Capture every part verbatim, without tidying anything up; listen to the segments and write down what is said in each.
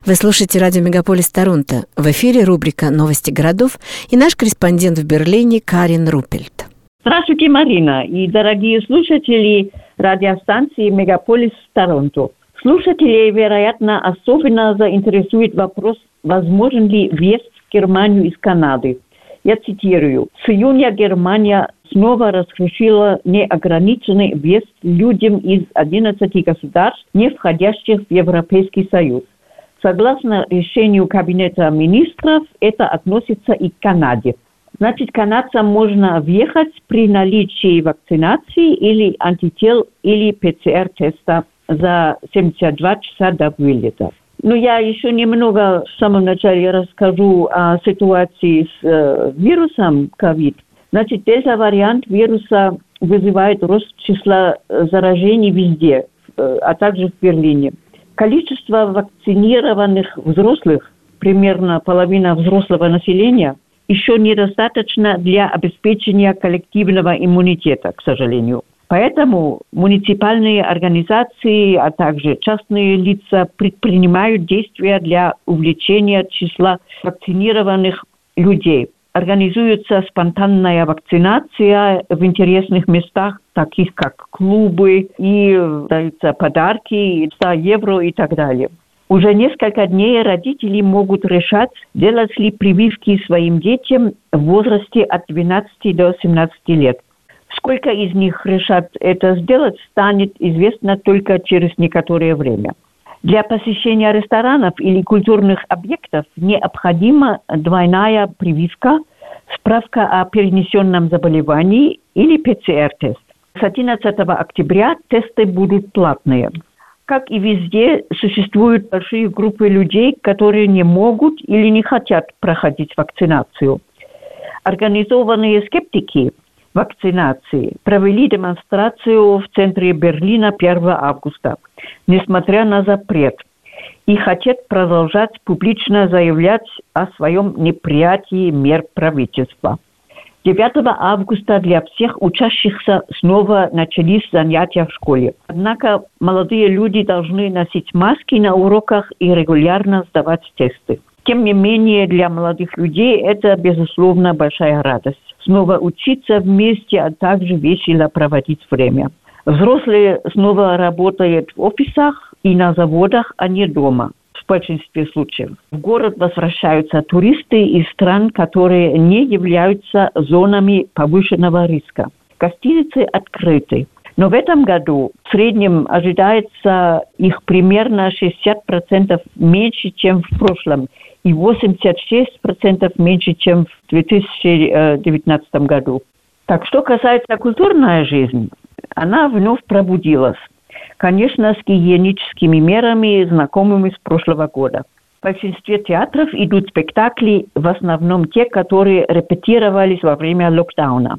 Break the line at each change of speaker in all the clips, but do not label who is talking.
Вы слушаете радио «Мегаполис Торонто». В эфире рубрика «Новости городов» и наш корреспондент в Берлине Карин Руппельт.
Здравствуйте, Марина и дорогие слушатели радиостанции «Мегаполис Торонто». Слушателей, вероятно, особенно заинтересует вопрос, возможен ли въезд в Германию из Канады. Я цитирую. «С июня Германия снова разрешила неограниченный въезд людям из одиннадцати государств, не входящих в Европейский Союз. Согласно решению Кабинета министров, это относится и к Канаде. Значит, канадцам можно въехать при наличии вакцинации или антител, или ПЦР-теста за семьдесят два часа до вылета. Но я еще немного в самом начале расскажу о ситуации с э, вирусом ковид. Значит, дельта-вариант вируса вызывает рост числа заражений везде, э, а также в Берлине. Количество вакцинированных взрослых, примерно половина взрослого населения, еще недостаточно для обеспечения коллективного иммунитета, к сожалению. Поэтому муниципальные организации, а также частные лица предпринимают действия для увеличения числа вакцинированных людей. Организуется спонтанная вакцинация в интересных местах, таких как клубы, и даются подарки, сто евро и так далее. Уже несколько дней родители могут решать, делать ли прививки своим детям в возрасте от двенадцати до семнадцати лет. Сколько из них решат это сделать, станет известно только через некоторое время. Для посещения ресторанов или культурных объектов необходима двойная прививка, справка о перенесенном заболевании или ПЦР-тест. С одиннадцатого октября тесты будут платные. Как и везде, существуют большие группы людей, которые не могут или не хотят проходить вакцинацию. Организованные скептики вакцинации провели демонстрацию в центре Берлина первого августа, несмотря на запрет, и хотят продолжать публично заявлять о своем неприятии мер правительства. девятого августа для всех учащихся снова начались занятия в школе. Однако молодые люди должны носить маски на уроках и регулярно сдавать тесты. Тем не менее, для молодых людей это, безусловно, большая радость. Снова учиться вместе, а также весело проводить время. Взрослые снова работают в офисах и на заводах, а не дома. В большинстве случаев. В город возвращаются туристы из стран, которые не являются зонами повышенного риска. Гостиницы открыты. Но в этом году в среднем ожидается их примерно шестьдесят процентов меньше, чем в прошлом, и восемьдесят шесть процентов меньше, чем в две тысячи девятнадцатом году. Так, что касается культурной жизни, она вновь пробудилась. Конечно, с гигиеническими мерами, знакомыми с прошлого года. В большинстве театров идут спектакли, в основном те, которые репетировались во время локдауна.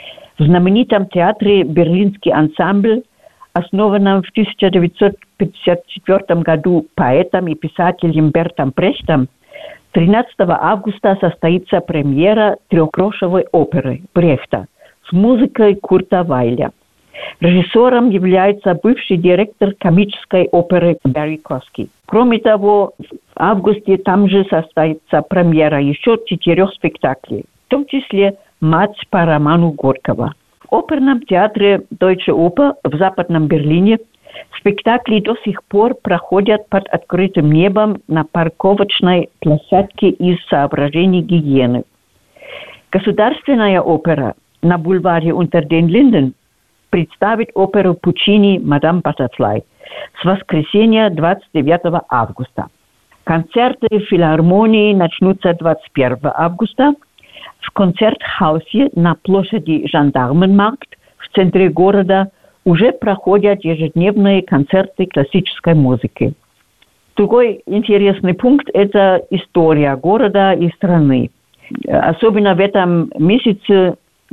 В знаменитом театре «Берлинский ансамбль», основанном в тысяча девятьсот пятьдесят четвёртом году поэтом и писателем Бертом Брехтом, тринадцатого августа состоится премьера трехгрошевой оперы Брехта с музыкой Курта Вайля. Режиссером является бывший директор комической оперы Барри Коски. Кроме того, в августе там же состоится премьера еще четырех спектаклей, в том числе «Мать по роману Горького». В оперном театре Deutsche Oper в Западном Берлине спектакли до сих пор проходят под открытым небом на парковочной площадке из соображений гигиены. Государственная опера на бульваре Unter den Linden представит оперу Пучини «Мадам Баттерфляй» с воскресенья двадцать девятого августа. Концерты в филармонии начнутся двадцать первого августа. В концерт-хаусе на площади Жандарменмаркт в центре города уже проходят ежедневные концерты классической музыки. Другой интересный пункт – это история города и страны. Особенно в этом месяце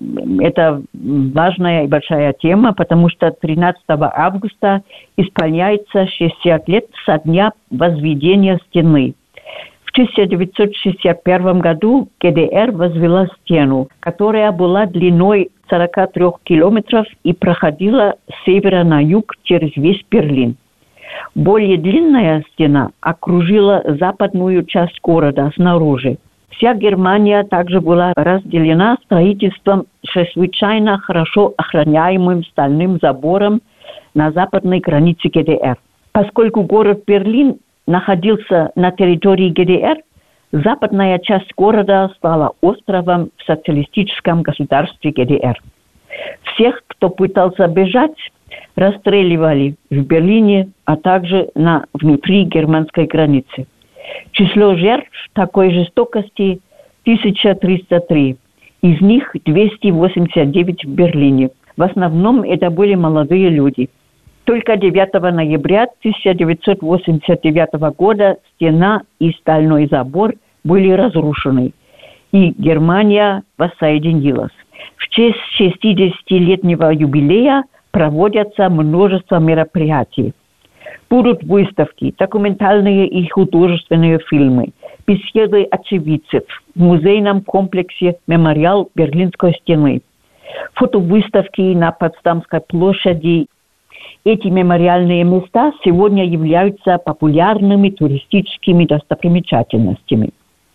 это важная и большая тема, потому что тринадцатого августа исполняется шестьдесят лет со дня возведения стены. В тысяча девятьсот шестьдесят первом году ГДР возвела стену, которая была длиной сорок три километров и проходила с севера на юг через весь Берлин. Более длинная стена окружила западную часть города снаружи. Вся Германия также была разделена строительством чрезвычайно хорошо охраняемым стальным забором на западной границе ГДР. Поскольку город Берлин находился на территории ГДР, западная часть города стала островом в социалистическом государстве ГДР. Всех, кто пытался бежать, расстреливали в Берлине, а также на внутри германской границы. Число жертв такой жестокости – тысяча триста три, из них двести восемьдесят девять в Берлине. В основном это были молодые люди. Только девятого ноября тысяча девятьсот восемьдесят девятого года стена и стальной забор были разрушены, и Германия воссоединилась. В честь шестидесятилетнего юбилея проводятся множество мероприятий. Будут выставки, документальные и художественные фильмы, беседы очевидцев в музейном комплексе «Мемориал Берлинской стены», фотовыставки на Потсдамской площади. Эти мемориальные места сегодня являются популярными туристическими достопримечательностями.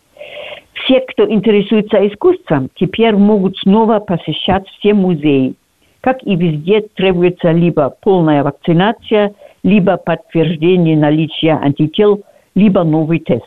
Все, кто интересуется искусством, теперь могут снова посещать все музеи. Как и везде, требуется либо полная вакцинация, либо подтверждение наличия антител, либо новый тест.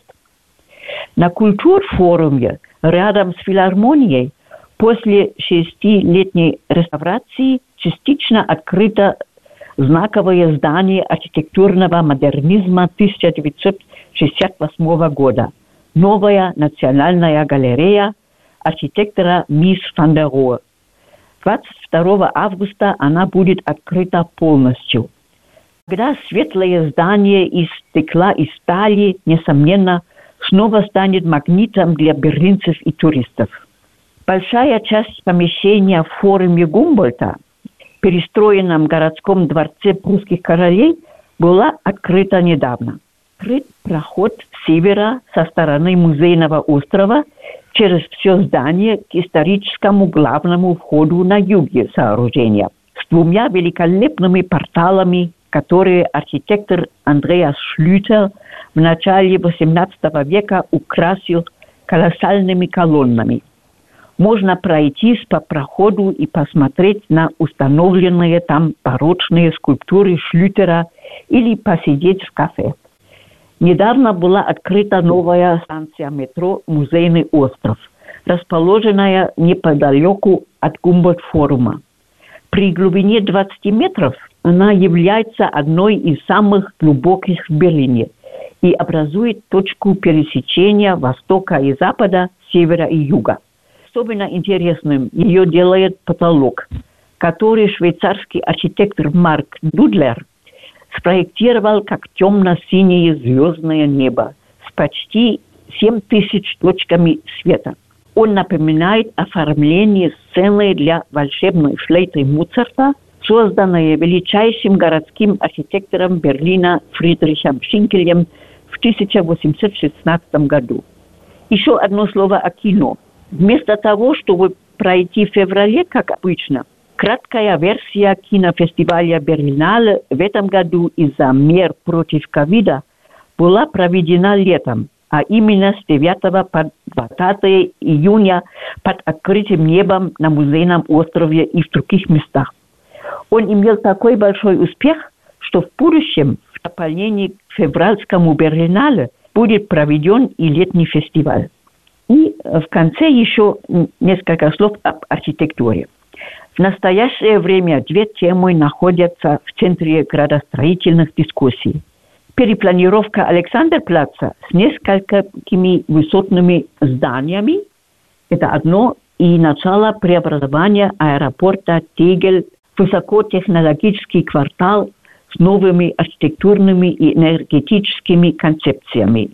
На культурфоруме рядом с филармонией после шестилетней реставрации частично открыто знаковое здание архитектурного модернизма тысяча девятьсот шестьдесят восьмого года. Новая национальная галерея архитектора Mies van der Rohe. двадцать второго августа она будет открыта полностью. Когда светлое здание из стекла и стали, несомненно, снова станет магнитом для берлинцев и туристов. Большая часть помещения в форуме Гумбольдта, перестроенном городском дворце прусских королей, была открыта недавно. Открыт проход с севера со стороны музейного острова через все здание к историческому главному входу на юге сооружения с двумя великолепными порталами, которые архитектор Андреас Шлютер в начале восемнадцатого века украсил колоссальными колоннами. Можно пройтись по проходу и посмотреть на установленные там барочные скульптуры Шлютера или посидеть в кафе. Недавно была открыта новая станция метро «Музейный остров», расположенная неподалеку от Гумбольдт-форума. При глубине двадцати метров она является одной из самых глубоких в Берлине и образует точку пересечения востока и запада, севера и юга. Особенно интересным ее делает потолок, который швейцарский архитектор Марк Дудлер спроектировал как темно-синее звездное небо с почти семь тысяч точками света. Он напоминает оформление сцены для волшебной флейты Моцарта, созданной величайшим городским архитектором Берлина Фридрихом Шинкелем в тысяча восемьсот шестнадцатом году. Еще одно слово о кино. Вместо того, чтобы пройти в феврале, как обычно, краткая версия кинофестиваля Берлинале в этом году из-за мер против ковида была проведена летом, а именно с девятого по двадцатое июня под открытым небом на Музейном острове и в других местах. Он имел такой большой успех, что в будущем в дополнение к февральскому Берлинале будет проведен и летний фестиваль. И в конце еще несколько слов об архитектуре. В настоящее время две темы находятся в центре градостроительных дискуссий. Перепланировка Александрплаца с несколькими высотными зданиями – это одно, и начало преобразования аэропорта Тегель в высокотехнологический квартал с новыми архитектурными и энергетическими концепциями.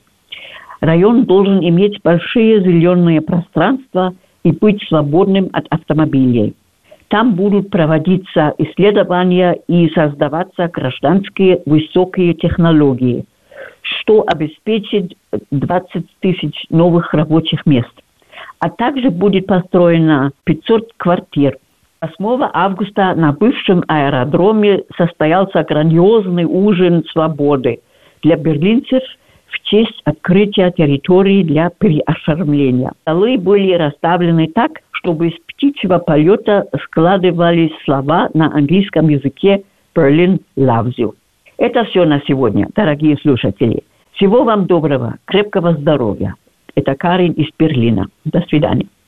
Район должен иметь большие зеленые пространства и быть свободным от автомобилей. Там будут проводиться исследования и создаваться гражданские высокие технологии, что обеспечит двадцать тысяч новых рабочих мест. А также будет построено пятьсот квартир. восьмого августа на бывшем аэродроме состоялся грандиозный ужин свободы для берлинцев в честь открытия территории для переоформления. Столы были расставлены так, чтобы из птичьего полета складывались слова на английском языке «Berlin loves you». Это все на сегодня, дорогие слушатели. Всего вам доброго, крепкого здоровья. Это Карин из Берлина. До свидания.